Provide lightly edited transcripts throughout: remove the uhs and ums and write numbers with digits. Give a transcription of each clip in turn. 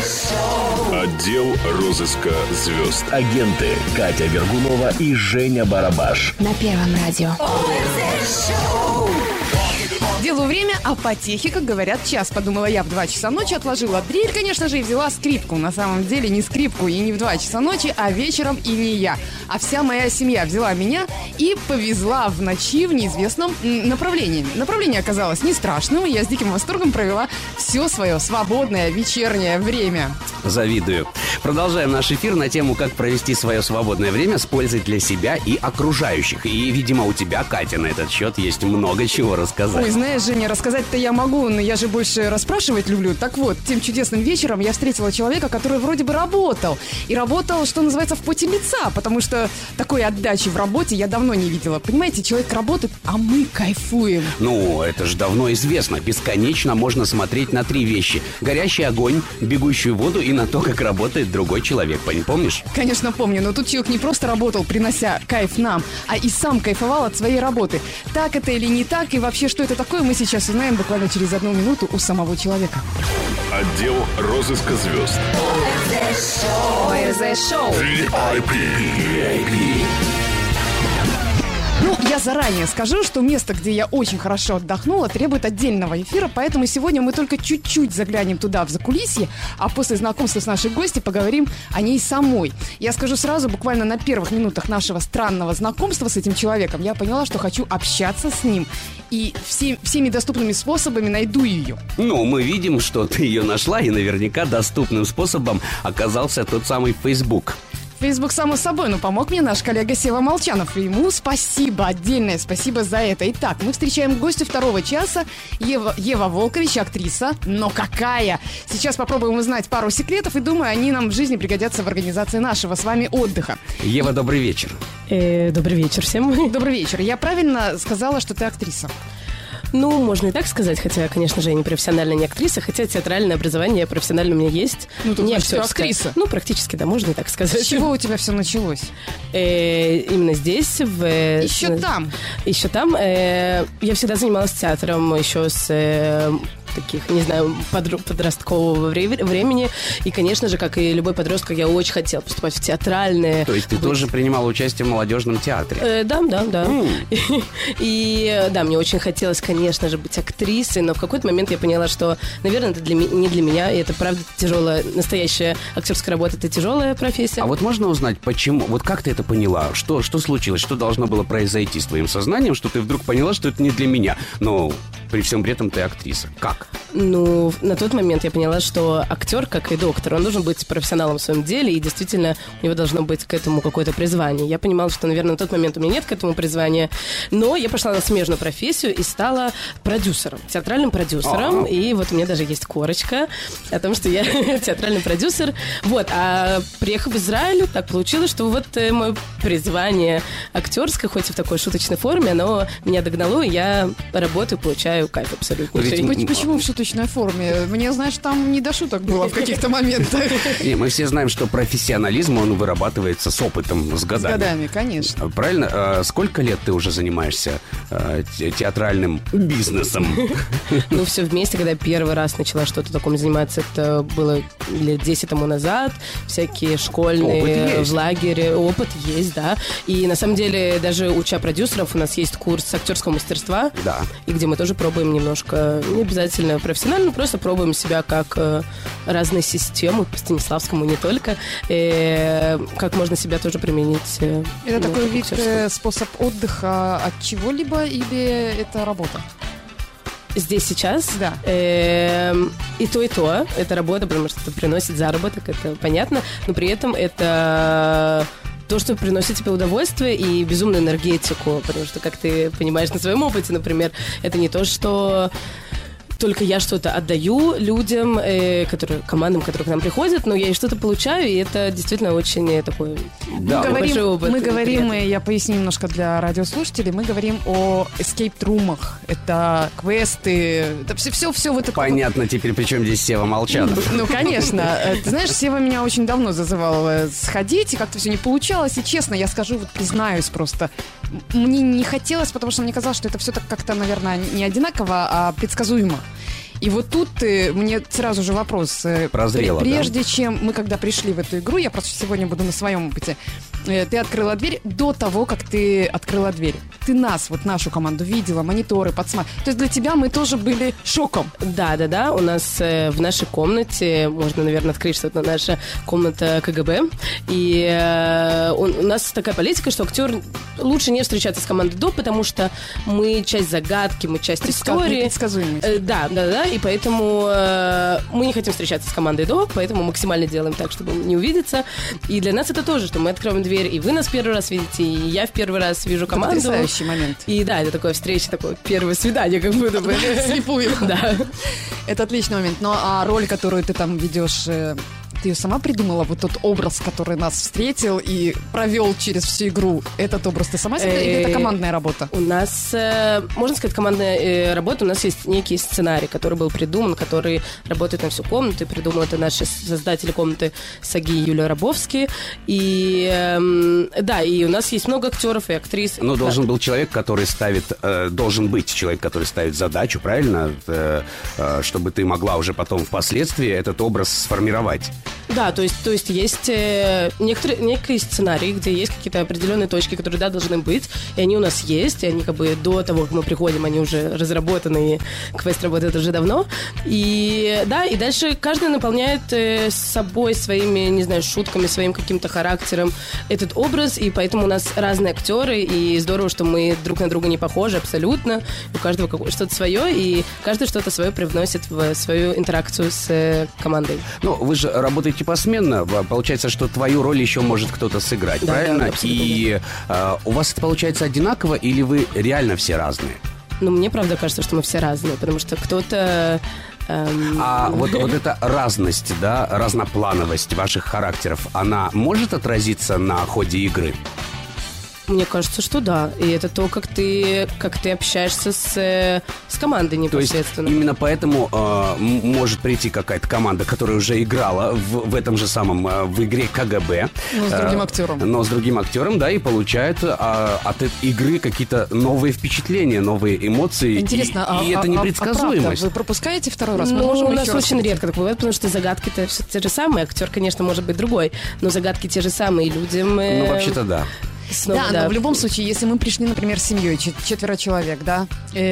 Отдел розыска звезд. Агенты Катя Вергунова и Женя Барабаш. На Первом радио. Делаю время, а потехи, как говорят, час. Подумала я в 2 часа ночи, отложила дрель, конечно же, и взяла скрипку. На самом деле не скрипку и не в 2 часа ночи, а вечером и не я. А вся моя семья взяла меня и повезла в ночи в неизвестном направлении. Направление оказалось не страшным, и я с диким восторгом провела все свое свободное вечернее время. Завидую. Продолжаем наш эфир на тему, как провести свое свободное время с пользой для себя и окружающих. И, видимо, у тебя, Катя, на этот счет есть много чего рассказать. Ой, знаешь, Женя, рассказать-то я могу, но я же больше расспрашивать люблю. Так вот, тем чудесным вечером я встретила человека, который вроде бы работал. И работал, что называется, в поте лица, потому что такой отдачи в работе я давно не видела. Понимаете, человек работает, а мы кайфуем. Ну, это же давно известно. Бесконечно можно смотреть на 3 вещи. Горящий огонь, бегущую воду и на то, как работает другой человек. Помнишь? Конечно, помню, но тут человек не просто работал, принося кайф нам, а и сам кайфовал от своей работы. Так это или не так, и вообще, что это такое, мы сейчас узнаем буквально через 1 минуту у самого человека. Отдел розыска звезд. ОРЗ-шоу. Ну, я заранее скажу, что место, где я очень хорошо отдохнула, требует отдельного эфира, поэтому сегодня мы только чуть-чуть заглянем туда, в закулисье, а после знакомства с нашей гостьей поговорим о ней самой. Я скажу сразу, буквально на первых минутах нашего странного знакомства с этим человеком, я поняла, что хочу общаться с ним, и всеми доступными способами найду ее. Ну, мы видим, что ты ее нашла, и наверняка доступным способом оказался тот самый Facebook. Facebook, само собой, но помог мне наш коллега Сева Молчанов. И ему спасибо, отдельное спасибо за это. Итак, мы встречаем гостю 2 часа. Ева Волкович, актриса. Но какая! Сейчас попробуем узнать пару секретов, и думаю, они нам в жизни пригодятся в организации нашего с вами отдыха. Ева, добрый вечер. Добрый вечер всем. Добрый вечер. Я правильно сказала, что ты актриса? Ну, можно и так сказать, хотя, конечно же, я не профессиональная, не актриса, хотя театральное образование профессиональное у меня есть. Ну, не значит, актриса. Ну, практически, да, можно и так сказать. С чего у тебя все началось? Именно здесь, Еще там? Еще там. Я всегда занималась театром еще с таких, не знаю, подросткового времени. И, конечно же, как и любой подросток, я очень хотела поступать в театральное. То есть ты тоже принимала участие в молодежном театре? Да. И да, мне очень хотелось, конечно же, быть актрисой, но в какой-то момент я поняла, что, наверное, это не для меня, и это, правда, тяжелая, настоящая актерская работа, это тяжелая профессия. А вот можно узнать, почему? Вот как ты это поняла? Что случилось? Что должно было произойти с твоим сознанием, что ты вдруг поняла, что это не для меня? Но при всем при этом ты актриса. Как? Ну, на тот момент я поняла, что актер, как и доктор, он должен быть профессионалом в своем деле, и действительно у него должно быть к этому какое-то призвание. Я понимала, что, наверное, на тот момент у меня нет к этому призвания, но я пошла на смежную профессию и стала продюсером, театральным продюсером, и вот у меня даже есть корочка о том, что я театральный продюсер. Вот, а приехав в Израиль, так получилось, что вот мое призвание актерское, хоть и в такой шуточной форме, оно меня догнало, и я работаю, получаю кайф абсолютно. Почему в шуточной форме? Мне, знаешь, там не до шуток было в каких-то моментах. Не, мы все знаем, что профессионализм, он вырабатывается с опытом, с годами. С годами, конечно. Правильно? Сколько лет ты уже занимаешься театральным бизнесом? Ну, все вместе, когда я первый раз начала что-то таком заниматься, это было лет 10 тому назад. Всякие школьные, в лагере. Опыт есть, да. И на самом деле, даже уча продюсеров, у нас есть курс актерского мастерства. Да. И где мы тоже пробуем немножко, не обязательно профессионально, просто пробуем себя как разные системы, по Станиславскому не только, как можно себя тоже применить. Это такой вид, способ отдыха от чего-либо или это работа? Здесь сейчас? Да. И то, это работа, потому что это приносит заработок, это понятно, но при этом это то, что приносит тебе удовольствие и безумную энергетику, потому что, как ты понимаешь на своем опыте, например, это не то, что только я что-то отдаю людям, командам, которые к нам приходят, но я и что-то получаю, и это действительно очень такой большой опыт. Мы говорим, я поясню немножко для радиослушателей, мы говорим о эскейп-румах. Это квесты, это все вот это. Понятно теперь, при чем здесь Сева Молчанов. Ну, конечно. Ты знаешь, Сева меня очень давно зазывал сходить, и как-то все не получалось, и честно, я скажу, вот признаюсь просто, мне не хотелось, потому что мне казалось, что это все так как-то, наверное, не одинаково, а предсказуемо. И вот тут мне сразу же вопрос. Прозрела, прежде чем мы, когда пришли в эту игру, я просто сегодня буду на своем опыте, ты открыла дверь до того, как ты открыла дверь. Ты нас, вот нашу команду, видела, мониторы, подсматривала. То есть для тебя мы тоже были шоком. Да. У нас в нашей комнате, можно, наверное, открыть, что это наша комната КГБ. И у нас такая политика, что актер лучше не встречаться с командой до, потому что мы часть загадки, мы часть истории. Предсказуемость. Да. И поэтому мы не хотим встречаться с командой до, поэтому максимально делаем так, чтобы не увидеться. И для нас это тоже, что мы откроем дверь, и вы нас первый раз видите, и я в первый раз вижу команду. Потрясающий момент. И да, это такая встреча, такое первое свидание, как будто бы. Слепую. Да. Это отличный момент. Ну, а роль, которую ты там ведешь, ты ее сама придумала? Вот тот образ, который нас встретил и провел через всю игру, этот образ ты сама себе, или это командная работа? У нас, можно сказать, командная работа. У нас есть некий сценарий, который был придуман, который работает на всю комнату. И придумал это наши создатели комнаты Саги и Юлия Рабовский. И да, и у нас есть много актеров и актрис. Но должен быть человек, который ставит задачу, правильно? Чтобы ты могла уже потом впоследствии этот образ сформировать. Да, то есть есть некий сценарий, где есть какие-то определенные точки, которые, да, должны быть, и они у нас есть, и они как бы до того, как мы приходим, они уже разработаны, и квест работает уже давно. И да, и дальше каждый наполняет собой своими, не знаю, шутками, своим каким-то характером этот образ, и поэтому у нас разные актеры, и здорово, что мы друг на друга не похожи абсолютно, у каждого что-то свое, и каждый что-то свое привносит в свою интеракцию с командой. Ну, вы же работаете посменно, получается, что твою роль еще может кто-то сыграть, да, правильно? Да, и у вас это получается одинаково, или вы реально все разные? Ну, мне правда кажется, что мы все разные, потому что кто-то... А вот эта разность, да, разноплановость ваших характеров, она может отразиться на ходе игры? Мне кажется, что да. И это то, как ты общаешься с командой непосредственно. То есть именно поэтому может прийти какая-то команда, которая уже играла в этом же самом, в игре КГБ. Но с другим актером. Но с другим актером, да, и получает от этой игры какие-то новые впечатления, новые эмоции. Интересно, и это непредсказуемость. Вы пропускаете второй раз? Ну, у нас очень редко так бывает, потому что загадки-то все те же самые. Актер, конечно, может быть другой, но загадки те же самые. Людям... Ну, вообще-то да. Снова, да, но в любом случае, если мы пришли, например, с семьей, 4 человек, да,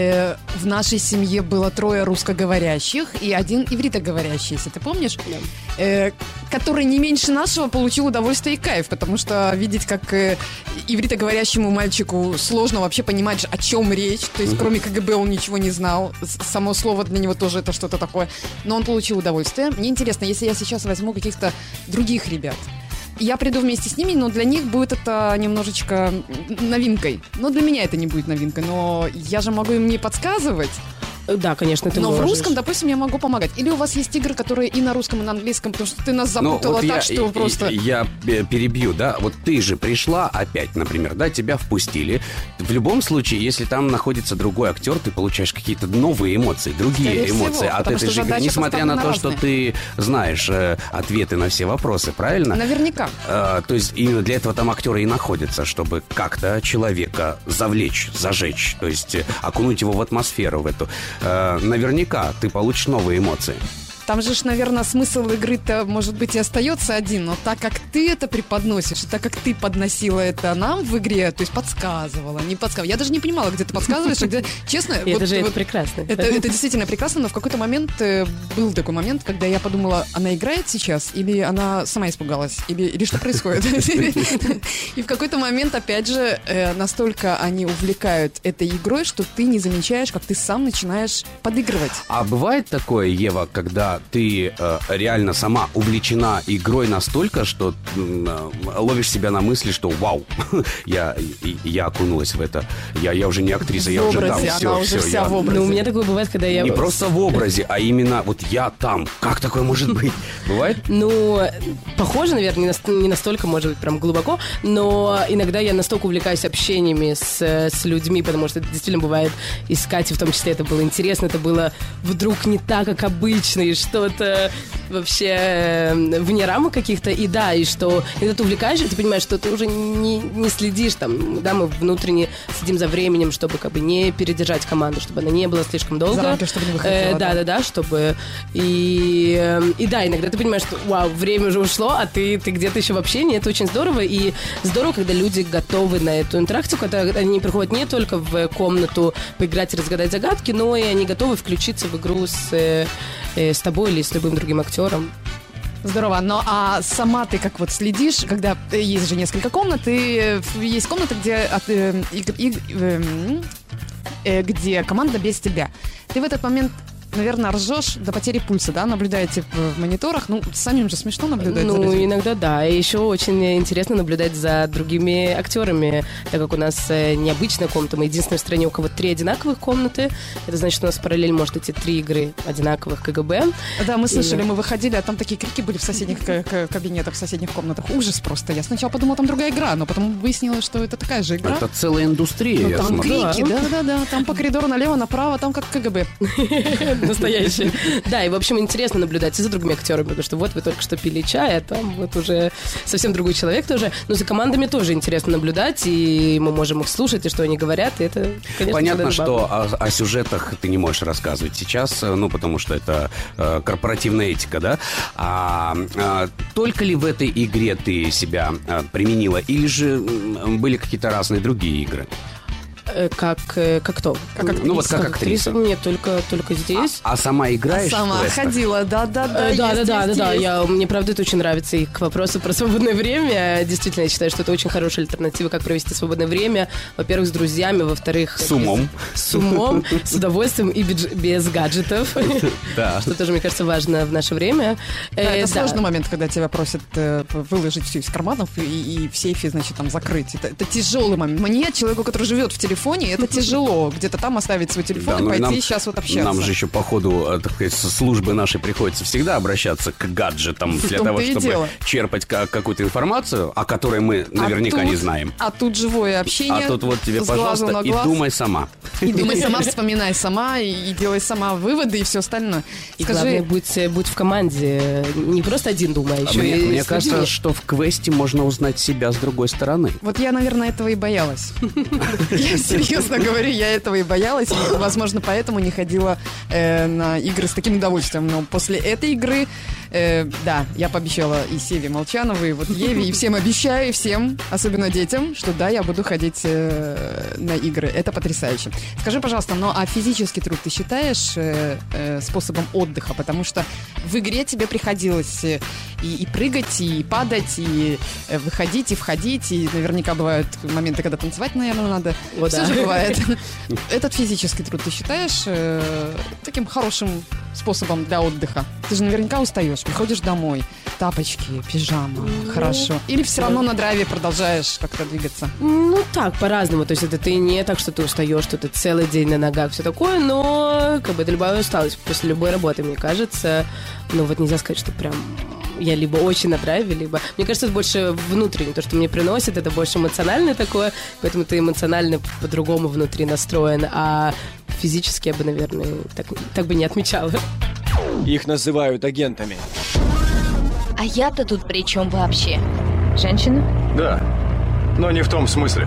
в нашей семье было 3 русскоговорящих и 1 ивритоговорящий, если ты помнишь, который не меньше нашего получил удовольствие и кайф, потому что видеть, как ивритоговорящему мальчику сложно вообще понимать, о чем речь, то есть кроме КГБ он ничего не знал, само слово для него тоже это что-то такое, но он получил удовольствие. Мне интересно, если я сейчас возьму каких-то других ребят, я приду вместе с ними, но для них будет это немножечко новинкой. Но для меня это не будет новинкой, но я же могу им не подсказывать. Да, конечно, ты можешь. Но в русском, допустим, я могу помогать. Или у вас есть игры, которые и на русском, и на английском, потому что ты нас запутала вот так, что просто... Я перебью, да? Вот ты же пришла опять, например, да, тебя впустили. В любом случае, если там находится другой актер, ты получаешь какие-то новые эмоции, другие эмоции от этой же игры. Несмотря на то, что ты знаешь ответы на все вопросы, правильно? Наверняка. То есть именно для этого там актеры и находятся, чтобы как-то человека завлечь, зажечь, то есть окунуть его в атмосферу, в эту... Наверняка ты получишь новые эмоции. Там же, наверное, смысл игры-то, может быть, и остается один, но так как ты это преподносишь, и так как ты подносила это нам в игре, то есть подсказывала, не подсказывала. Я даже не понимала, где ты подсказываешь, а где, честно... Это прекрасно. Это действительно прекрасно, но в какой-то момент, был такой момент, когда я подумала, она играет сейчас, или она сама испугалась, или что происходит? И в какой-то момент, опять же, настолько они увлекают этой игрой, что ты не замечаешь, как ты сам начинаешь подыгрывать. А бывает такое, Ева, когда ты реально сама увлечена игрой настолько, что ловишь себя на мысли, что вау, я окунулась в это. Я уже не актриса, я уже там. Она уже вся в образе. Ну, у меня такое бывает, когда я... Не просто в образе, а именно вот я там. Как такое может быть? Бывает? Ну, похоже, наверное, не настолько, может быть, прям глубоко, но иногда я настолько увлекаюсь общениями с людьми, потому что это действительно бывает, и с Катей в том числе это было интересно, это было вдруг не так, как обычно, и что-то вообще вне рамок каких-то, и да, и что когда ты увлекаешься, ты понимаешь, что ты уже не следишь там, да, мы внутренне следим за временем, чтобы как бы не передержать команду, чтобы она не была слишком долго. За рамки, чтобы не выходила. Да, чтобы... И да, иногда ты понимаешь, что вау, время уже ушло, а ты где-то еще в общении, это очень здорово, и здорово, когда люди готовы на эту интеракцию, когда они приходят не только в комнату поиграть и разгадать загадки, но и они готовы включиться в игру с тобой или с любым другим актером. Здорово. Ну, а сама ты как вот следишь, когда есть же несколько комнат, и есть комната, где команда без тебя. Ты в этот момент, наверное, ржешь до потери пульса, да, наблюдаете в мониторах. Ну, самим же смешно наблюдать за людьми. Иногда да. И еще очень интересно наблюдать за другими актерами, так как у нас необычная комната. Мы единственная в стране, у кого 3 одинаковых комнаты. Это значит, у нас в параллель может идти 3 игры одинаковых КГБ. Да, мы слышали, мы выходили, а там такие крики были в соседних кабинетах, в соседних комнатах. Ужас просто. Я сначала подумала, там другая игра, но потом выяснилось, что это такая же игра. Это целая индустрия, я там смотрю. крики, да. Там по коридору налево, направо, там как КГБ. Настоящий. Да, и, в общем, интересно наблюдать и за другими актерами, потому что вот вы только что пили чай, а там вот уже совсем другой человек тоже. Но за командами тоже интересно наблюдать, и мы можем их слушать, и что они говорят, и это, конечно, понятно, что о сюжетах ты не можешь рассказывать сейчас, ну, потому что это корпоративная этика, да? Только ли в этой игре ты себя применила, или же были какие-то разные другие игры? Как кто? Ну вот как актриса. Нет, только здесь. А сама играешь? Сама ходила, да. Мне правда это очень нравится. И к вопросу про свободное время, действительно, я считаю, что это очень хорошая альтернатива, как провести свободное время. Во-первых, с друзьями, во-вторых... С умом. С умом, с удовольствием и без гаджетов. Да. Что тоже, мне кажется, важно в наше время. Это сложный момент, когда тебя просят выложить все из карманов и в сейфе, значит, там закрыть. Это тяжелый момент. Мне, человеку, который живет в телефоне, это тяжело. Где-то там оставить свой телефон и пойти сейчас вот общаться. Нам же еще по ходу, так сказать, службы нашей приходится всегда обращаться к гаджетам для того, чтобы черпать какую-то информацию, о которой мы наверняка не знаем. А тут живое общение. А тут вот тебе, пожалуйста, и думай сама. И думай сама, вспоминай сама, и делай сама выводы и все остальное. И главное, будь в команде. Не просто один думай, а еще мне кажется, что в квесте можно узнать себя с другой стороны. Вот я, наверное, этого и боялась. Серьезно говорю, я этого и боялась. И, возможно, поэтому не ходила на игры с таким удовольствием. Но после этой игры, да, я пообещала и Севе Молчановой, и вот Еве, и всем обещаю, и всем, особенно детям, что да, я буду ходить на игры. Это потрясающе. Скажи, пожалуйста, ну а физический труд ты считаешь способом отдыха? Потому что в игре тебе приходилось и прыгать, и падать, и выходить, и входить, и наверняка бывают моменты, когда танцевать, наверное, надо. Вот, все же бывает. Этот физический труд ты считаешь таким хорошим способом для отдыха? Ты же наверняка устаешь, приходишь домой, тапочки, пижама, хорошо. Или все равно на драйве продолжаешь как-то двигаться? Ну, так, по-разному. То есть это ты не так, что ты устаешь, что ты целый день на ногах, все такое, но как бы это любая усталость после любой работы, мне кажется. Ну, вот нельзя сказать, что прям... Я либо очень на драйве, либо... Мне кажется, это больше внутреннее, то, что мне приносит, это больше эмоциональное такое, поэтому ты эмоционально по-другому внутри настроен, а физически я бы, наверное, так бы не отмечала. Их называют агентами. А я-то тут при чем вообще? Женщина? Да, но не в том смысле.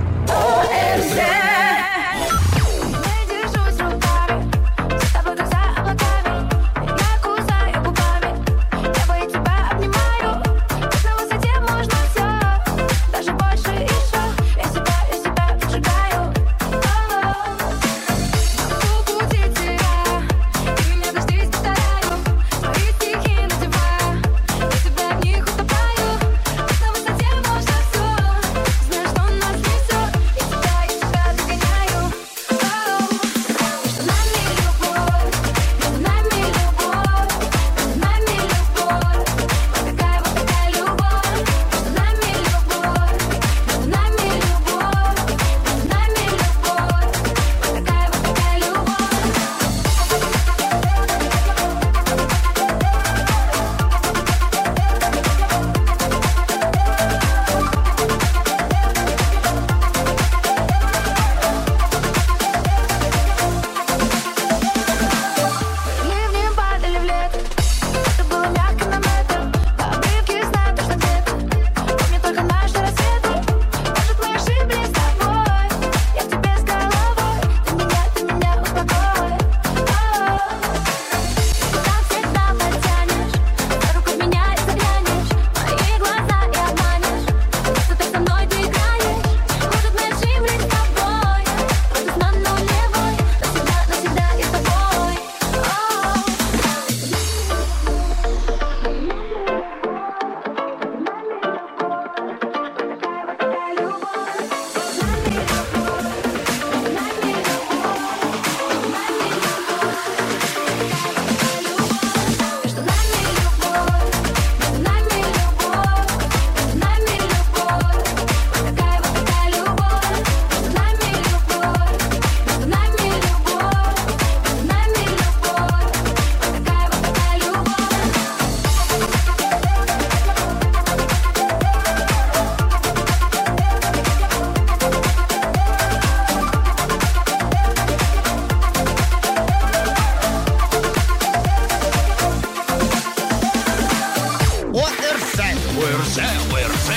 ОРЗ, ОРЗ.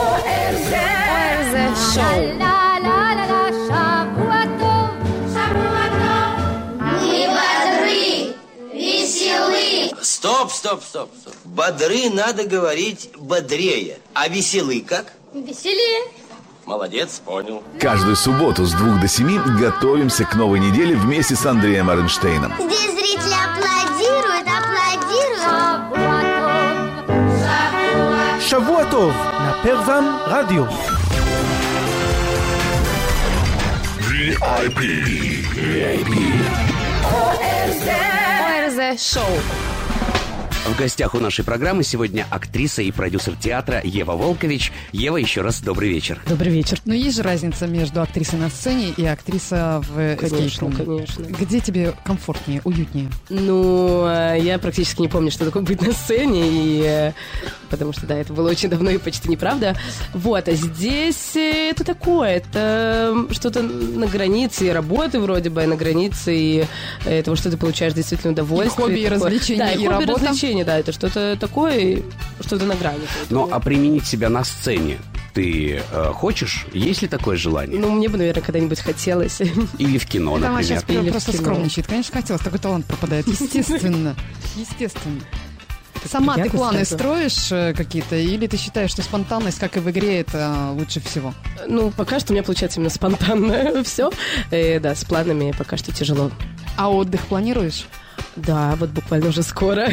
ОРЗ шоу. Мы бодры, веселы. Стоп. Бодры надо говорить бодрее. А веселы как? Веселее. Молодец, понял. Каждую субботу с 2 до 7 готовимся к новой неделе вместе с Андреем Оренштейном. Здесь зрители аплодируют. שבוע טוב, на Первом радио. ОРЗ шоу. В гостях у нашей программы сегодня актриса и продюсер театра Ева Волкович. Ева, еще раз добрый вечер. Добрый вечер. Но есть же разница между актрисой на сцене и актриса в Конечно, эскейп-руме. конечно. Где тебе комфортнее, уютнее? Ну, я практически не помню, что такое быть на сцене, и потому что, да, это было очень давно и почти неправда. Вот, а здесь это такое, это что-то на границе работы вроде бы, на границе и того, что ты получаешь действительно удовольствие. И хобби, и развлечения, да, и хобби, работа. развлечения, да, это что-то такое, что-то на грани. Ну, а применить себя на сцене ты хочешь? Есть ли такое желание? Ну, мне бы, наверное, когда-нибудь хотелось. Или в кино, Она например? сейчас просто скромничает. Конечно, хотелось, такой талант пропадает. Естественно. Естественно. Сама ты планы строишь какие-то, или ты считаешь, что спонтанность, как и в игре, это лучше всего? Ну, пока что у меня получается именно спонтанно все. Да, с планами пока что тяжело. А отдых планируешь? Да, вот буквально уже скоро.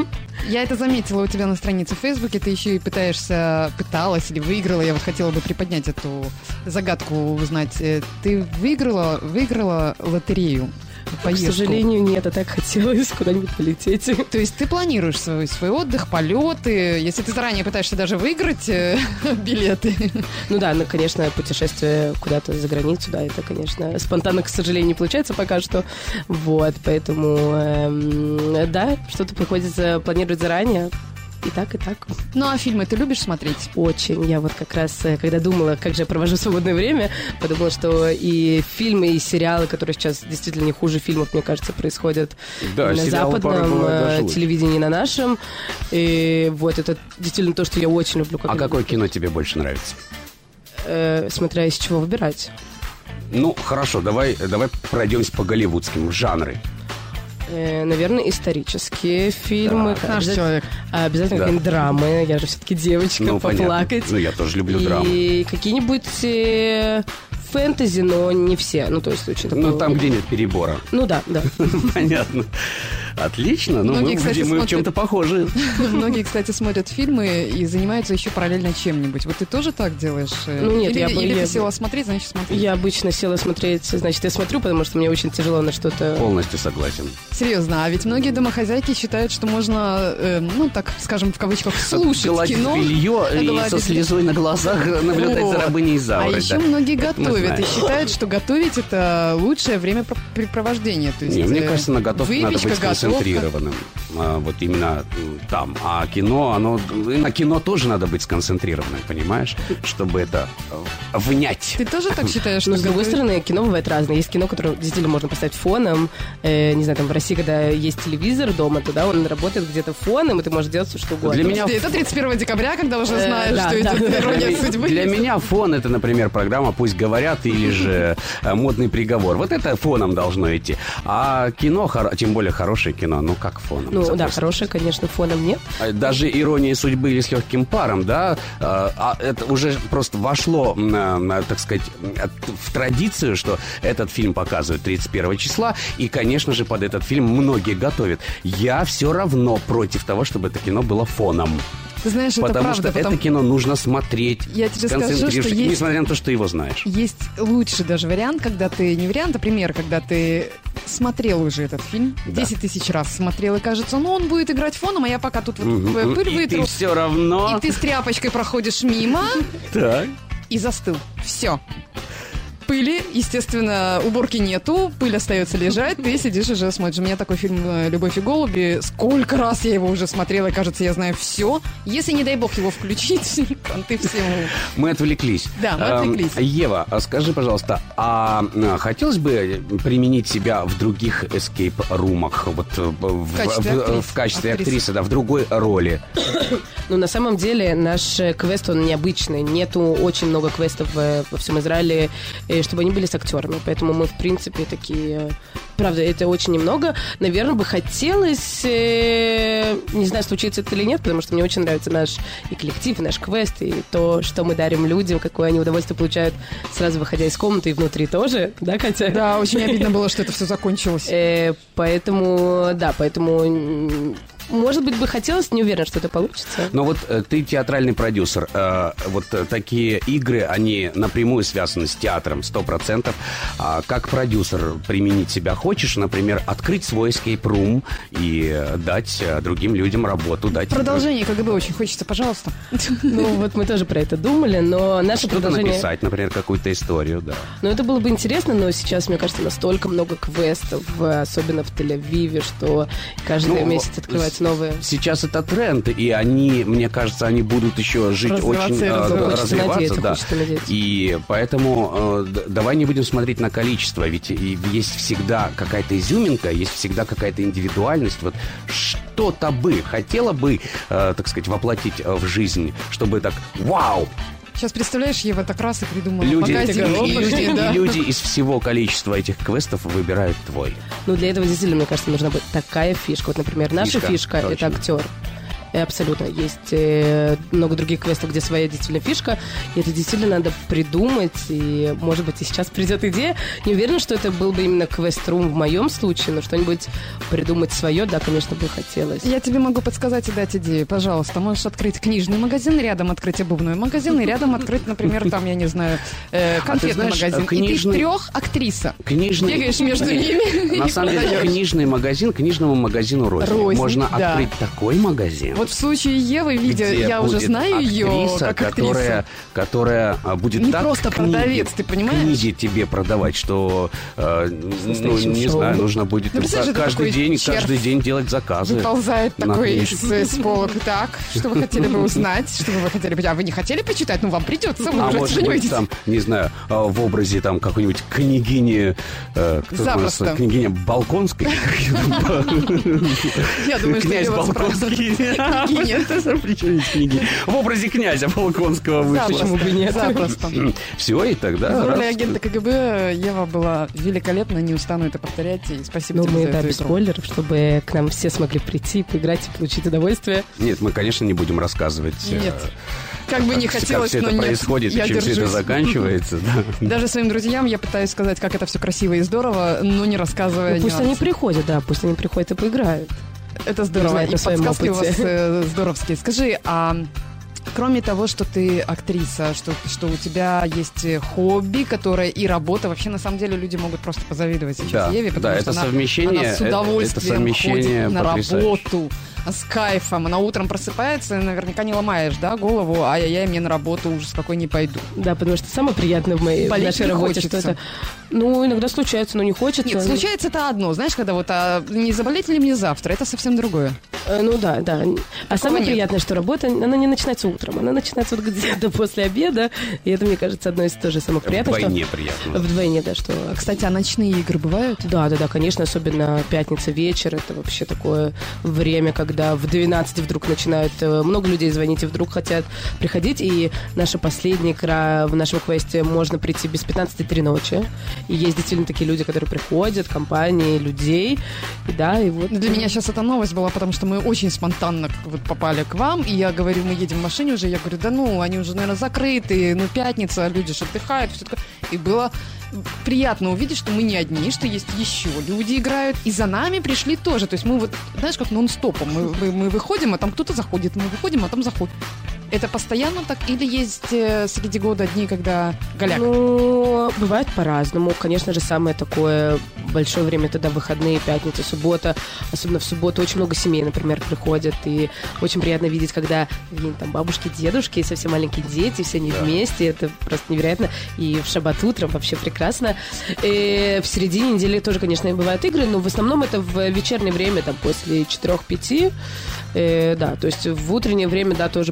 Я это заметила у тебя на странице в Фейсбуке. Ты еще и пыталась или выиграла. Я вот хотела бы приподнять эту загадку, узнать. Ты выиграла лотерею? Поездку. К сожалению, нет, а так хотелось куда-нибудь полететь. То есть ты планируешь свой отдых, полеты, если ты заранее пытаешься даже выиграть билеты? Ну да, ну, конечно, путешествие куда-то за границу, да, это, конечно, спонтанно, к сожалению, не получается пока что. Вот, поэтому, да, что-то приходится планировать заранее. И так, и так. Ну, а фильмы ты любишь смотреть? Очень. Я вот как раз, когда думала, как же я провожу свободное время, подумала, что и фильмы, и сериалы, которые сейчас действительно не хуже фильмов, мне кажется, происходят на западном телевидении, на нашем. И вот это действительно то, что я очень люблю. А какое кино тебе больше нравится? Смотря из чего выбирать. Ну, хорошо, давай пройдемся по голливудским жанры. Наверное, исторические фильмы. Да, наш человек. Обязательно да. Какие-нибудь драмы. Я же все-таки девочка, поплакать. Понятно. Ну, я тоже люблю драмы. И какие-нибудь фэнтези, но не все. Ну, то есть очень такое... Ну, там, где нет перебора. Ну, да. Понятно. Отлично. Ну, мы в чем-то похожи. Многие, кстати, смотрят фильмы и занимаются еще параллельно чем-нибудь. Вот ты тоже так делаешь? Ну, нет, или ты села смотреть, значит, смотри? Я обычно села смотреть, значит, я смотрю, потому что мне очень тяжело на что-то... Полностью согласен. Серьезно, а ведь многие домохозяйки считают, что можно, ну, так скажем, в кавычках, слушать гладить кино. Белье и со слезой на глазах наблюдать за рабыней Изаурой. А еще многие готовят и считают, что готовить это лучшее времяпрепровождение. То есть, мне кажется, на готовке надо быть сконцентрированным. Вот именно там. А кино, на кино тоже надо быть сконцентрированным, понимаешь? Чтобы это внять. Ты тоже так считаешь? Но с другой стороны, кино бывает разное. Есть кино, которое действительно можно поставить фоном. Не знаю, там в России, когда есть телевизор дома, то да, он работает где-то фоном, и ты можешь делать все, что угодно. Для меня... Это 31 декабря, когда уже знаешь, что идет ирония судьбы. Для меня фон — это, например, программа «Пусть говорят» или же «Модный приговор». Вот это фоном должно идти. А кино, тем более хорошее кино, ну как фоном? Ну да, хорошее, конечно, фоном нет. Даже «Ирония судьбы» или «С легким паром», да, это уже просто вошло, так сказать, в традицию, что этот фильм показывают 31 числа, и, конечно же, под этот фильм многие готовят. Я все равно против того, чтобы это кино было фоном. Ты знаешь, это потому правда, что это кино нужно смотреть, я тебе скажу, что есть, несмотря на то, что ты его знаешь. Есть лучший даже вариант, когда ты, не вариант, а пример, когда ты смотрел уже этот фильм, да. 10 тысяч раз смотрел, и кажется, ну он будет играть фоном, а я пока тут вот пыль вытру. И ты все равно... И ты с тряпочкой проходишь мимо. Так. И застыл. Все. Пыли, естественно, уборки нету, пыль остается лежать, ты сидишь уже смотришь. У меня такой фильм «Любовь и голуби». Сколько раз я его уже смотрела, и, кажется, я знаю все. Если, не дай бог, его включить, ты всему... Мы отвлеклись. Да, мы отвлеклись. Ева, скажи, пожалуйста, а хотелось бы применить себя в других эскейп-румах, вот в качестве актрисы, да, в другой роли? Ну, на самом деле, наш квест, он необычный. Нету очень много квестов во всем Израиле, чтобы они были с актерами. Поэтому мы, в принципе, такие... Правда, это очень немного. Наверное, бы хотелось... Не знаю, случится это или нет, потому что мне очень нравится наш и коллектив, и наш квест, и то, что мы дарим людям, какое они удовольствие получают, сразу выходя из комнаты, и внутри тоже. Да, Катя? Да, очень обидно было, что это все закончилось. Поэтому, может быть, бы хотелось, не уверена, что это получится. Но вот ты театральный продюсер. Вот такие игры, они напрямую связаны с театром, 100%. А как продюсер применить себя хочешь, например, открыть свой escape-room и дать другим людям работу. Продолжение КГБ очень хочется, пожалуйста. Ну, вот мы тоже про это думали, но наше продолжение... написать, например, какую-то историю, да. Ну, это было бы интересно, но сейчас, мне кажется, настолько много квестов, особенно в Тель-Авиве, что каждый месяц открывается новые. Сейчас это тренд, и они, мне кажется, они будут еще жить развиваться, да. И поэтому давай не будем смотреть на количество, ведь есть всегда какая-то изюминка, есть всегда какая-то индивидуальность. Вот что-то бы хотела бы, так сказать, воплотить в жизнь, чтобы так вау! Сейчас, представляешь, Ева так раз и придумала люди из всего количества этих квестов выбирают твой. Ну, для этого действительно, мне кажется, нужна быть такая фишка. Вот, например, наша фишка – это актер. Абсолютно. Есть много других квестов, где своя действительно фишка, и это действительно надо придумать, и, может быть, и сейчас придет идея. Не уверена, что это был бы именно квест-рум в моем случае, но что-нибудь придумать свое, да, конечно, бы хотелось. Я тебе могу подсказать и дать идею. Пожалуйста, можешь открыть книжный магазин, рядом открыть обувной магазин, и рядом открыть, например, там, я не знаю, конфетный магазин. И ты трех актриса. Бегаешь между ними. На самом деле, книжный магазин, книжному магазину рознь. Можно открыть такой магазин. Вот в случае Евы, я уже знаю ее как актрису. Которая будет не так просто продавец, ты понимаешь? Книги тебе продавать, что, не знаю, нужно будет каждый день делать заказы. Выползает такой из полок. Так, что вы хотели бы узнать? Что вы хотели бы... А вы не хотели почитать? Ну, вам придется. А может быть, там, не знаю, в образе там какой-нибудь княгини... Запросто. Княгиня Балконской. Я думаю, что князь Балконский. Нет, книги. В образе князя Балконского вышел. Почему бы нет? Запросто. Все, и тогда... В роли агента КГБ Ева была великолепна, не устану это повторять, и спасибо тебе за эту игру. без спойлеров, чтобы к нам все смогли прийти, поиграть и получить удовольствие. Нет, мы, конечно, не будем рассказывать... Нет. Как бы не хотелось, но нет. Как все это происходит, и чем все это заканчивается. Даже своим друзьям я пытаюсь сказать, как это все красиво и здорово, но не рассказывая. Пусть они приходят, пусть они приходят и поиграют. Это здорово, и подсказки у вас здоровские. Скажи, а кроме того, что ты актриса, что у тебя есть хобби, которое и работа, вообще на самом деле люди могут просто позавидовать сейчас Еве, потому что она с удовольствием ходит на работу, с кайфом. Она утром просыпается, наверняка не ломаешь, да, голову, ай-яй-яй, мне на работу ужас какой не пойду. Да, потому что самое приятное в нашей работе, что это... Ну, иногда случается, но не хочется. Нет, случается это одно. Знаешь, когда вот, не заболеть ли мне завтра, это совсем другое. Ну да. А самое приятное, что работа, она не начинается утром, она начинается вот где-то после обеда, и это, мне кажется, одно из тоже самых приятных. Вдвойне приятно. Вдвойне, да, что... Кстати, а ночные игры бывают? Да, конечно, особенно пятница вечер, это вообще такое время, когда в 12 вдруг начинают много людей звонить и вдруг хотят приходить, и наша последняя игра в нашем квесте можно прийти без 15-3 ночи. И есть действительно такие люди, которые приходят, компании людей. И вот... Для меня сейчас эта новость была, потому что мы очень спонтанно вот попали к вам, и я говорю, мы едем в машине уже, я говорю, да они уже, наверное, закрыты, пятница, люди же отдыхают, все такое. И было приятно увидеть, что мы не одни, что есть еще люди играют, и за нами пришли тоже. То есть мы вот, знаешь, как нон-стопом. Мы выходим, а там кто-то заходит, мы выходим, а там заходит. Это постоянно так? Или есть среди года дни, когда голяк? Ну, бывает по-разному. Конечно же, самое такое большое время тогда выходные, пятница, суббота. Особенно в субботу очень много семей, например, приходят. И очень приятно видеть, когда там бабушки, дедушки, совсем маленькие дети, все они вместе. Это просто невероятно. И в шаббат утром вообще прекрасно. И в середине недели тоже, конечно, бывают игры, но в основном это в вечернее время, там, после 4-5. Да, то есть в утреннее время, да, тоже бывают игры.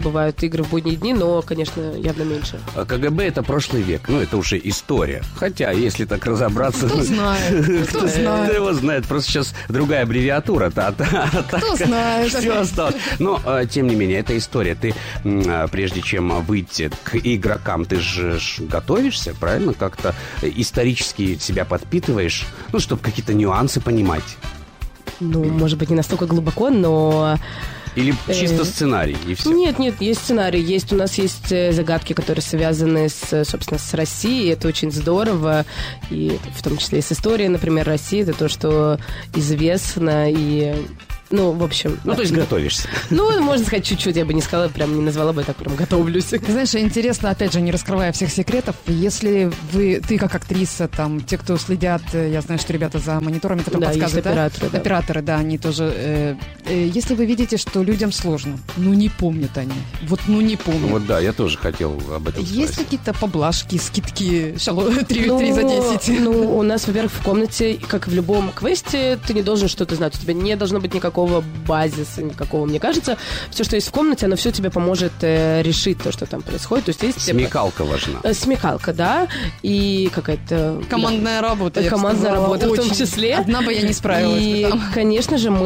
игры в будние дни, но, конечно, явно меньше. А КГБ — это прошлый век, ну, это уже история. Хотя, если так разобраться... Кто знает, кто знает. Кто его знает, просто сейчас другая аббревиатура-то. Кто знает. Все осталось. Но, тем не менее, это история. Ты, прежде чем выйти к игрокам, ты же готовишься, правильно? Как-то исторически себя подпитываешь, ну, чтобы какие-то нюансы понимать. Ну, может быть, не настолько глубоко, но... Или чисто сценарий, и все? Нет, есть сценарий. У нас есть загадки, которые связаны, собственно, с Россией. Это очень здорово. И в том числе и с историей, например, России. Это то, что известно и... Ну, в общем... Ну, то есть готовишься. Ну, можно сказать, чуть-чуть. Я бы не сказала, прям не назвала бы так, прям готовлюсь. Знаешь, интересно, опять же, не раскрывая всех секретов, если ты как актриса, там, те, кто следят, я знаю, что ребята за мониторами потом подсказывают, операторы, да? Операторы, да, они тоже... если вы видите, что людям сложно, не помнят они. Не помнят. Вот да, я тоже хотел об этом Есть какие-то поблажки, скидки, 3 за 10? Ну, у нас, во-первых, в комнате, как в любом квесте, ты не должен что-то знать. У тебя не должно быть никакого базиса, никакого, мне кажется. Все, что есть в комнате, оно все тебе поможет решить то, что там происходит. То есть смекалка важна. Смекалка, да. И какая-то... Командная работа, командная работа, очень. В том числе. Одна бы я не справилась. И, конечно же,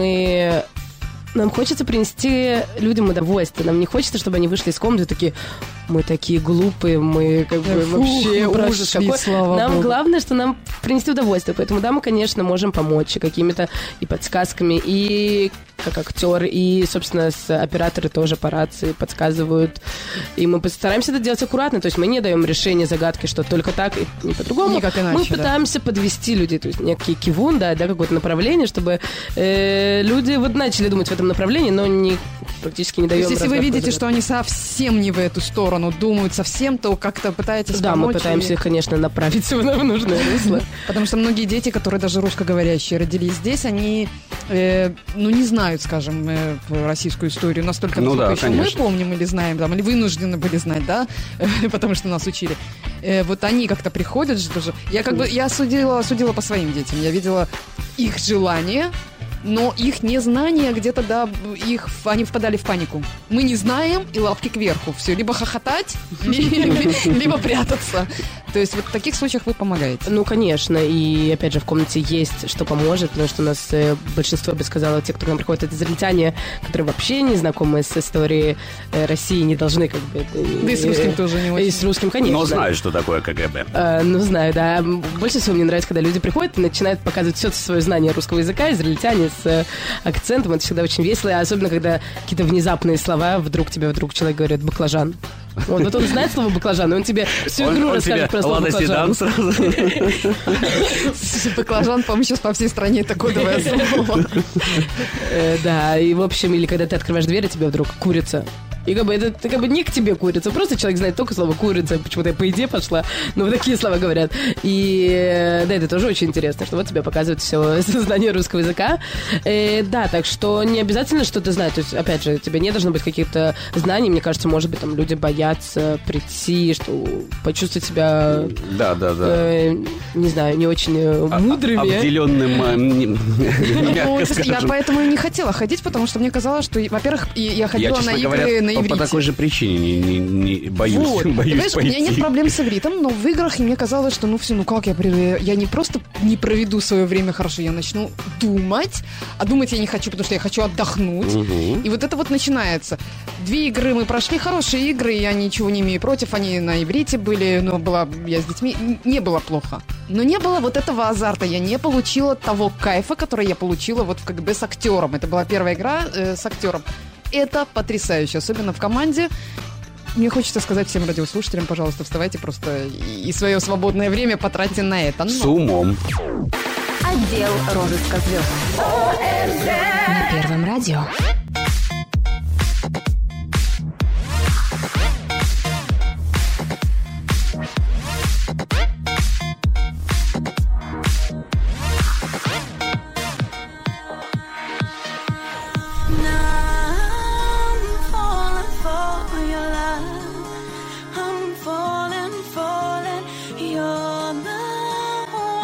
нам хочется принести людям удовольствие. Нам не хочется, чтобы они вышли из комнаты такие: мы такие глупые, мы как бы вообще ужас какой. Нам главное, что нам принести удовольствие. Поэтому, да, мы, конечно, можем помочь какими-то и подсказками, и как актер, и, собственно, операторы тоже по рации подсказывают. И мы постараемся это делать аккуратно. То есть мы не даем решение загадки, что только так и не по-другому. Никак иначе, мы пытаемся подвести людей. То есть некий кивун, да, какое-то направление, чтобы люди начали думать в этом направлении, но практически не даем. То есть, если вы видите, что они совсем не в эту сторону думают совсем, то как-то пытаетесь помочь? Да, мы пытаемся их, конечно, направить в нужное русло. Потому что многие дети, которые даже русскоговорящие, родились здесь, они, не знают, скажем, российскую историю настолько, насколько еще мы помним или знаем, или вынуждены были знать, да, потому что нас учили. Вот они как-то приходят же тоже. Я судила по своим детям. Я видела их желание, но их незнание где-то, да, они впадали в панику. Мы не знаем, и лапки кверху. Все, либо хохотать, либо прятаться. То есть вот в таких случаях вы помогаете? Ну, конечно. И, опять же, в комнате есть, что поможет, потому что у нас большинство, я бы сказала, те, кто к нам приходят, это израильтяне, которые вообще не знакомы с историей России, не должны как бы... Да и с русским тоже не очень. И с русским, конечно. Но знаю, что такое КГБ. Знаю, да. Больше всего мне нравится, когда люди приходят и начинают показывать все свое знание русского языка, израильтяне с акцентом. Это всегда очень весело. Особенно, когда какие-то внезапные слова, вдруг человек говорит «баклажан». Вот он знает слово «баклажан», и он тебе всю игру расскажет про слово «баклажан». Баклажан, по-моему, сейчас по всей стране это кодовое слово. Да, и в общем, или когда ты открываешь дверь, и тебе вдруг курица. И как бы это как бы не к тебе курица, просто человек знает только слово курица, почему-то я по идее пошла, но вот такие слова говорят. И да, это тоже очень интересно, что вот тебе показывают все знание русского языка. Да, так что не обязательно что-то знать. То есть, опять же, тебе не должно быть каких-то знаний. Мне кажется, может быть, там люди боятся прийти, что почувствовать себя, не знаю, не очень мудрыми. Обделенным, мягко скажем. Я поэтому и не хотела ходить, потому что мне казалось, что, во-первых, я ходила на игры на иврите. По такой же причине не боюсь, вот. боюсь пойти. У меня нет проблем с ивритом, но в играх мне казалось, что как я не просто не проведу свое время хорошо, я начну думать, а думать я не хочу, потому что я хочу отдохнуть. И вот это вот начинается. 2 игры мы прошли, хорошие игры, я ничего не имею против, они на иврите были, но я с детьми, не было плохо. Но не было вот этого азарта, я не получила того кайфа, который я получила вот в КГБ с актером. Это была первая игра с актером. Это потрясающе, особенно в команде. Мне хочется сказать всем радиослушателям, пожалуйста, вставайте просто и свое свободное время потратьте на это. С умом. Отдел розыска звезд. На Первом радио.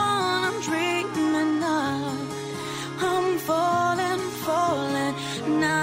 Now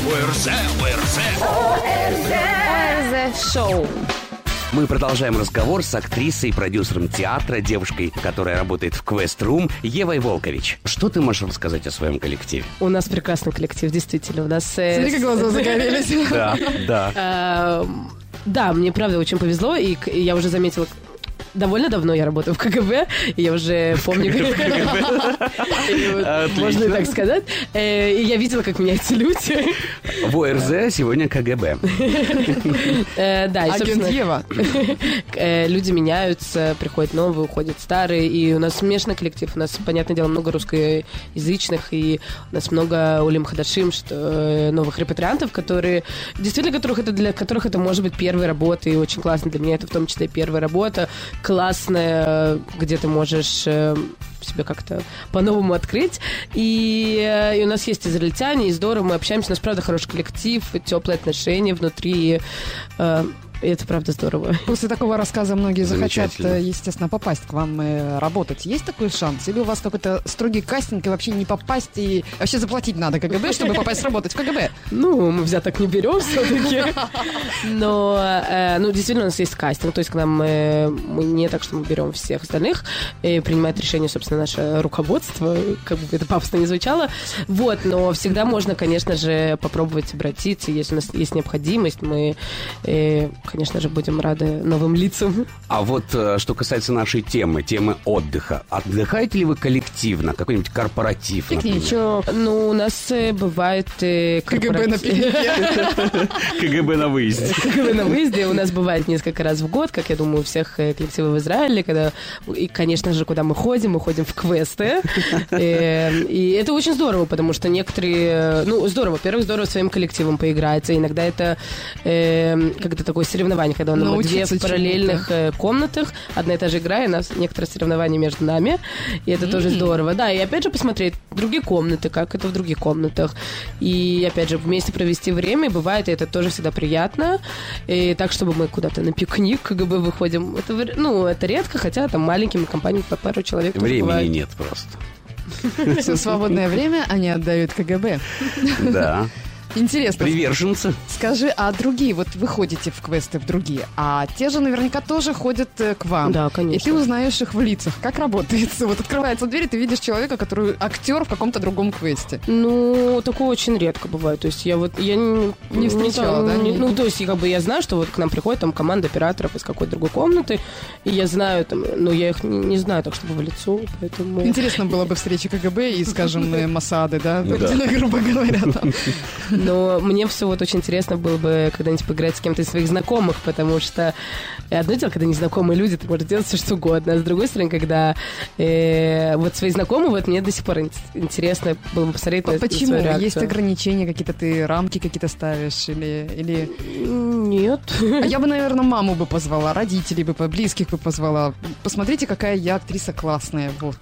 ОРЗ шоу. Мы продолжаем разговор с актрисой и продюсером театра, девушкой, которая работает в Quest Room, Евой Волкович. Что ты можешь рассказать о своем коллективе? У нас прекрасный коллектив, действительно. У нас... Смотри, как глаза загорелись. Да. Да, мне правда очень повезло, и я уже заметила... Довольно давно я работаю в КГБ, и я уже помню... Можно и так сказать. И я видела, как меняются люди. В ОРЗ сегодня КГБ. Да, и, агент Ева. Люди меняются, приходят новые, уходят старые, и у нас смешанный коллектив. У нас, понятное дело, много русскоязычных, и у нас много улим хадашим, новых репатриантов, которые... Действительно, для которых это может быть первая работа, и очень классно для меня это в том числе первая работа, классная, где ты можешь себя как-то по-новому открыть. И у нас есть израильтяне, и здорово, мы общаемся. У нас, правда, хороший коллектив, теплые отношения внутри. И это правда здорово. После такого рассказа многие захотят, естественно, попасть к вам работать. Есть такой шанс? Или у вас какой-то строгий кастинг и вообще не попасть, и вообще заплатить надо КГБ, чтобы попасть работать в КГБ? Ну, мы взяток не берем все-таки. Но, действительно, у нас есть кастинг. То есть к нам мы не так, что мы берем всех остальных. И принимает решение, собственно, наше руководство. Как бы это пафосно не звучало. Вот, но всегда можно, конечно же, попробовать обратиться. Если у нас есть необходимость, мы... Конечно же, будем рады новым лицам. А вот что касается нашей темы отдыха. Отдыхаете ли вы коллективно? Какой-нибудь корпоратив, например? Ну, у нас бывает КГБ на пикнике. КГБ на выезде. КГБ на выезде у нас бывает несколько раз в год, как я думаю, у всех коллективов в Израиле, и, конечно же, куда мы ходим в квесты. И это очень здорово, потому что некоторые... Ну, здорово. Во-первых, здорово своим коллективом поиграть. Иногда это как-то такой соревнования, когда у нас две в параллельных комнатах, одна и та же игра, и у нас некоторые соревнования между нами, и это тоже здорово. Да, и опять же посмотреть другие комнаты, как это в других комнатах, и опять же вместе провести время, бывает, и это тоже всегда приятно, и так, чтобы мы куда-то на пикник КГБ выходим, это редко, хотя там маленькими компаниями по пару человек времени бывает. Нет просто. Все свободное время они отдают КГБ. Да. Интересно. Приверженцы. Скажи, а другие, вот вы ходите в квесты в другие, а те же наверняка тоже ходят к вам. Да, конечно. И ты узнаешь их в лицах. Как работает? Вот открывается дверь, и ты видишь человека, который актер в каком-то другом квесте. Ну, такое очень редко бывает. То есть я не встречала, да? То есть я знаю, что вот к нам приходит там команда операторов из какой-то другой комнаты, и я знаю там, но я их не знаю так, чтобы в лицо, поэтому... Интересно было бы встреча КГБ и, скажем, Моссады, да? Грубо говоря, там. Но мне все вот очень интересно было бы когда-нибудь поиграть с кем-то из своих знакомых, потому что одно дело, когда незнакомые люди, ты можешь делать все, что угодно. А с другой стороны, когда вот свои знакомые, вот мне до сих пор интересно было бы посмотреть на Почему? свою реакцию. Есть ограничения какие-то, ты рамки какие-то ставишь или... Нет. А я бы, наверное, маму бы позвала, родителей бы, близких бы позвала. Посмотрите, какая я актриса классная, вот.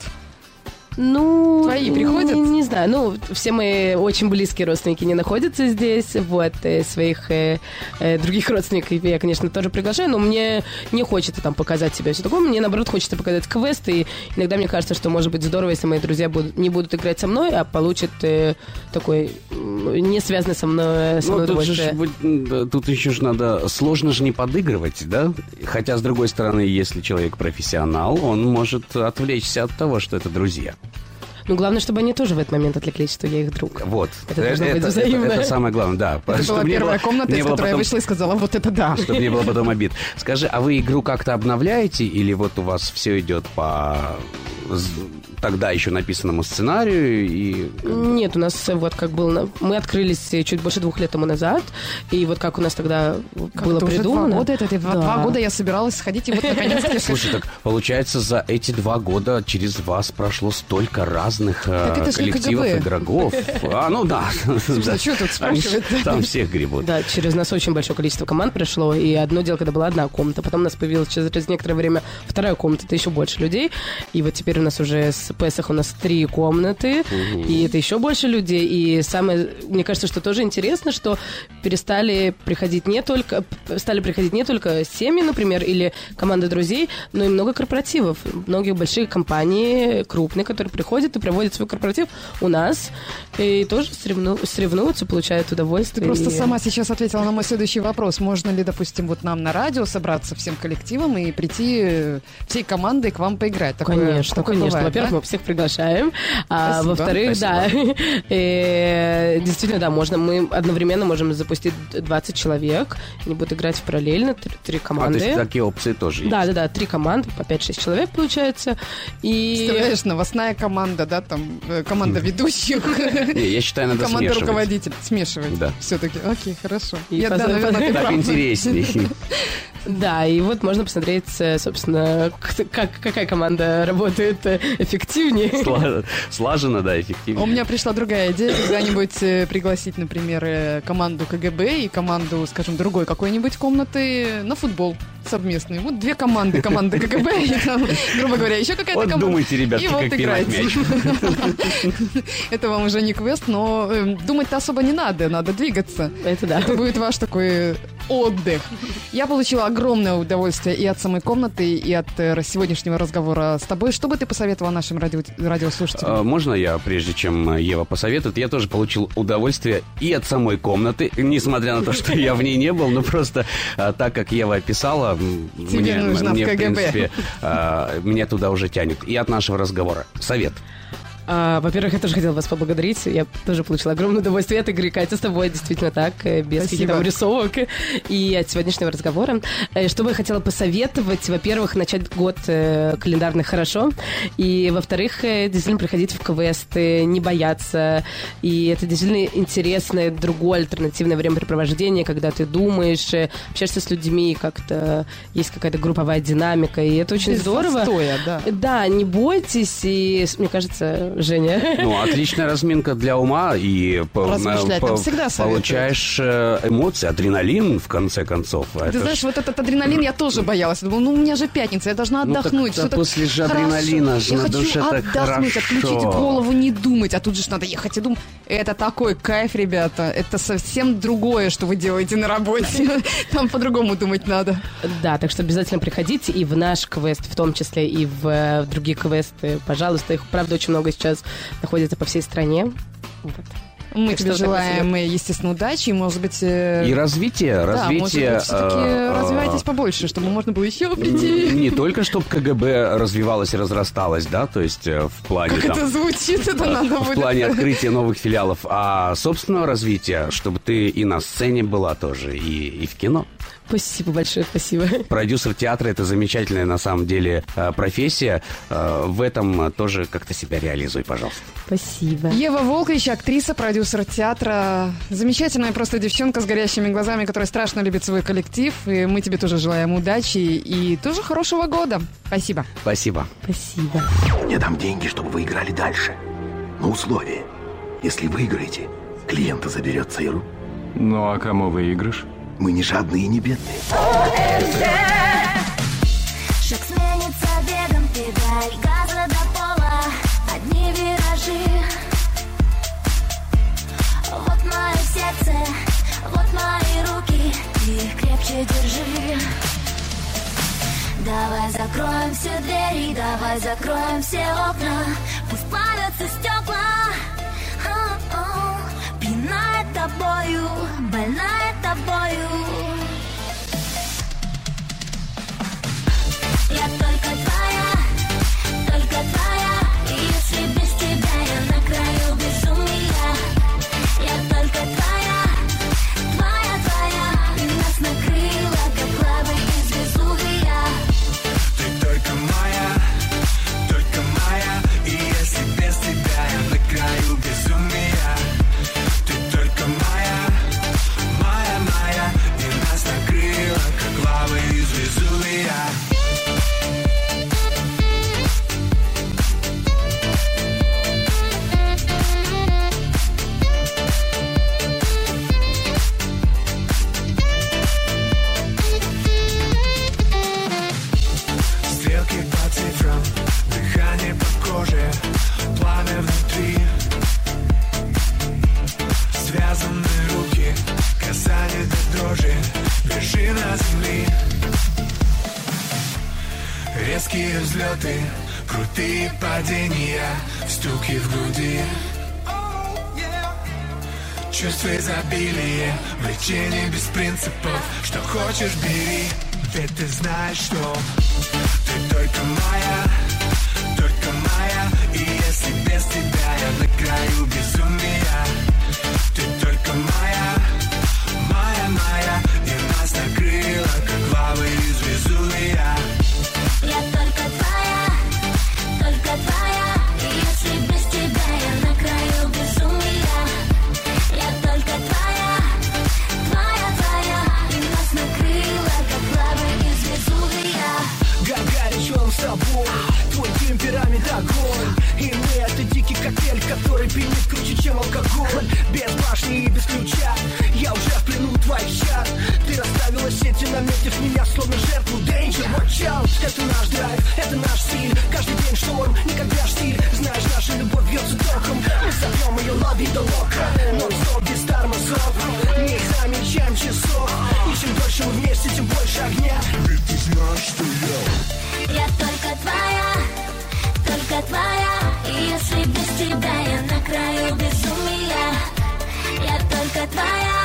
Ну, твои приходят? Не знаю. Все мои очень близкие родственники не находятся здесь. Вот, своих других родственников я, конечно, тоже приглашаю, но мне не хочется там показать себя все такое. Мне, наоборот, хочется показать квест, и иногда мне кажется, что может быть здорово, если мои друзья не будут играть со мной, а получат такой не связанный со мной удовольствие. Тут еще же надо... Сложно же не подыгрывать, да? Хотя, с другой стороны, если человек профессионал, он может отвлечься от того, что это друзья. Ну, главное, чтобы они тоже в этот момент отвлеклись, что я их друг. Вот. Это должно быть взаимно. Это самое главное, да. Это была первая комната, из которой я вышла и сказала, вот это да. Чтобы не было потом обид. Скажи, а вы игру как-то обновляете, или вот у вас все идет по тогда еще написанному сценарию? И... Нет, у нас вот как было... Мы открылись чуть больше 2 лет тому назад, и вот как у нас тогда было придумано... Уже 2 года я собиралась сходить, и вот наконец-то... Слушай, так получается, за эти 2 года через вас прошло столько разных коллективов, игроков. Ну да. Что тут спрашивать? Там всех гребут. Да, через нас очень большое количество команд прошло, и одно дело, когда была одна комната, потом у нас появилась через некоторое время 2-я комната, это еще больше людей, и вот теперь теперь у нас уже с Песах у нас 3 комнаты, и это еще больше людей. И самое, мне кажется, что тоже интересно, что стали приходить не только семьи, например, или команда друзей, но и много корпоративов. Многие большие компании, крупные, которые приходят и проводят свой корпоратив у нас, и тоже соревнуются, получают удовольствие. Ты просто сама сейчас ответила на мой следующий вопрос. Можно ли, допустим, вот нам на радио собраться всем коллективом и прийти всей командой к вам поиграть? Конечно. Бывает, во-первых, да? Мы всех приглашаем. А во-вторых, да, действительно, да, можно. Мы одновременно можем запустить 20 человек. Они будут играть параллельно, 3 команды. То есть такие опции тоже есть? Да, 3 команды, по 5-6 человек получается. И... Представляешь, новостная команда, да, там, команда ведущих. Я считаю, надо смешивать. Команда руководителей. Смешивать. Да. Все-таки. Окей, хорошо. Наверное, так интересней. Да, и вот можно посмотреть, собственно, какая команда работает эффективнее. Слаженно, да, эффективнее. У меня пришла другая идея, когда-нибудь пригласить, например, команду КГБ и команду, скажем, другой какой-нибудь комнаты на футбол совместный. Вот 2 команды. Команда КГБ и, там, грубо говоря, еще какая-то команда. Вот думайте, ребятки, как пинать мяч. Это вам уже не квест, но думать-то особо не надо, надо двигаться. Это да. Это будет ваш такой отдых. Я получила огромное удовольствие и от самой комнаты, и от сегодняшнего разговора с тобой. Что бы ты посоветовала нашим радиослушателям? Можно я, прежде чем Ева посоветует, я тоже получил удовольствие и от самой комнаты, несмотря на то, что я в ней не был, но просто так, как Ева описала, мне в принципе, меня туда уже тянет. И от нашего разговора. Совет. Во-первых, я тоже хотела вас поблагодарить. Я тоже получила огромное удовольствие от игры, Катя, с тобой. Действительно так, без каких-то рисовок. И от сегодняшнего разговора. Что бы я хотела посоветовать? Во-первых, начать год календарный хорошо. И, во-вторых, действительно приходить в квесты, не бояться. И это действительно интересное, другое альтернативное времяпрепровождение, когда ты думаешь, общаешься с людьми, как-то есть какая-то групповая динамика. И это очень здорово. Застоя, да. Да, не бойтесь. И, мне кажется, Женя. Ну, отличная разминка для ума, и получаешь эмоции, адреналин, в конце концов. Ты знаешь, вот этот адреналин я тоже боялась. Я думала, у меня же пятница, я должна отдохнуть. Ну, после же адреналина же на душе так хорошо. Я хочу отдохнуть, отключить голову, не думать, а тут же надо ехать и думать. Это такой кайф, ребята. Это совсем другое, что вы делаете на работе. Там по-другому думать надо. Да, так что обязательно приходите и в наш квест, в том числе и в другие квесты. Пожалуйста, их, правда, очень много сейчас находится по всей стране. Вот. Мы тебе желаем, естественно, удачи, и, может быть... И развития. Да, может быть, все-таки развивайтесь побольше, чтобы можно было еще прийти. Не только, чтобы КГБ развивалось и разрасталось, да, то есть в плане... Как это звучит, это надо будет. В плане открытия новых филиалов, а собственного развития, чтобы ты и на сцене была тоже, и в кино. Спасибо большое, спасибо. Продюсер театра — это замечательная, на самом деле, профессия. В этом тоже как-то себя реализуй, пожалуйста. Спасибо. Ева Волкович, актриса, продюсер театра. Замечательная просто девчонка с горящими глазами, которая страшно любит свой коллектив. И мы тебе тоже желаем удачи и тоже хорошего года. Спасибо. Спасибо. Спасибо. Я дам деньги, чтобы вы играли дальше. Но условие. Если выиграете, клиента заберет ЦРУ. Ну, а кому выигрыш? Мы не жадные и не бедные. Шаг сменится бегом, педаль газа до пола. Одни виражи. Вот мое сердце, вот мои руки. Ты их крепче держи. Давай закроем все двери, давай закроем все окна. Пусть плавятся стекла. Пьяная тобою, больная тобою. Я только твоя. И если без тебя я на краю безумия. Я только твоя. Нас накрыло, как лавой из Везувия. Ты только моя. И если без тебя я на краю безумия. Ты только моя. И нас накрыло, как лавой из Везувия. и падения, стуки в груди. Чувство изобилия, влечение без принципов. Что хочешь, бери, ведь ты знаешь, что ты только моя. И если без тебя я на краю безумия, ты только моя. И нас накрыло, как лавы из Везувия. Я только твоя. И если без тебя я на краю безумия, я только твоя. И нас накрыло, как лавы из Везувия. Гагарич, он с тобой, твой темперамент огонь. И мы это дикий коктейль, который пьянит круче, чем алкоголь. Без башни и без ключа, я уже в плену твоих чар. Ты расставила сети, наметив меня словно жертву. Danger, watch out, это наш драйв, это наш стиль. Каждый день шторм, никогда штиль. Знаешь, наша любовь бьется током. Мы собьем ее лови до лока, нон-стоп без тормозов. Не замечаем часов, и чем дольше мы вместе, тем больше огня. Ведь ты знаешь, что я только твоя. И если без тебя я на краю безумия, я только твоя.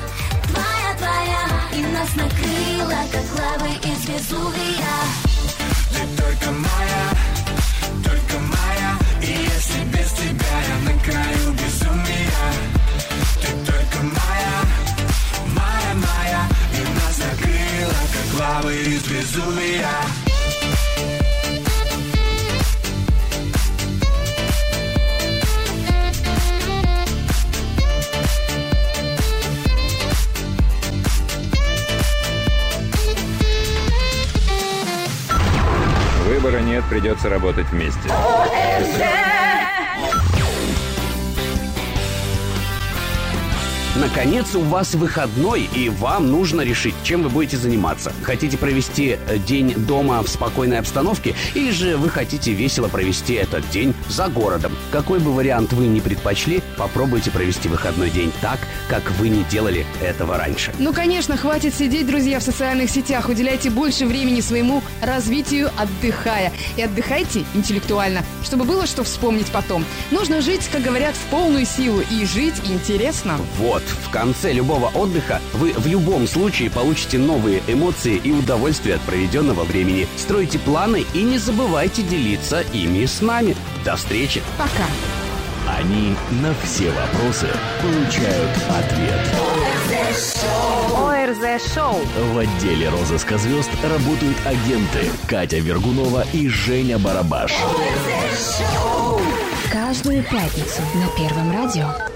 И нас накрыло, как лавы из Везувия. Ты только моя. И если без тебя я на краю безумия, ты только моя. И нас накрыло, как лавы из Везувия. Выбора нет, придется работать вместе. Наконец, у вас выходной, и вам нужно решить, чем вы будете заниматься. Хотите провести день дома в спокойной обстановке, или же вы хотите весело провести этот день за городом? Какой бы вариант вы ни предпочли, попробуйте провести выходной день так, как вы не делали этого раньше. Ну, конечно, хватит сидеть, друзья, в социальных сетях. Уделяйте больше времени своему развитию, отдыхая. И отдыхайте интеллектуально, чтобы было что вспомнить потом. Нужно жить, как говорят, в полную силу, и жить интересно. Вот. В конце любого отдыха вы в любом случае получите новые эмоции и удовольствие от проведенного времени. Стройте планы и не забывайте делиться ими с нами. До встречи. Пока. Они на все вопросы получают ответ. ОРЗ-шоу. В отделе розыска звезд работают агенты Катя Вергунова и Женя Барабаш. Каждую пятницу на Первом радио.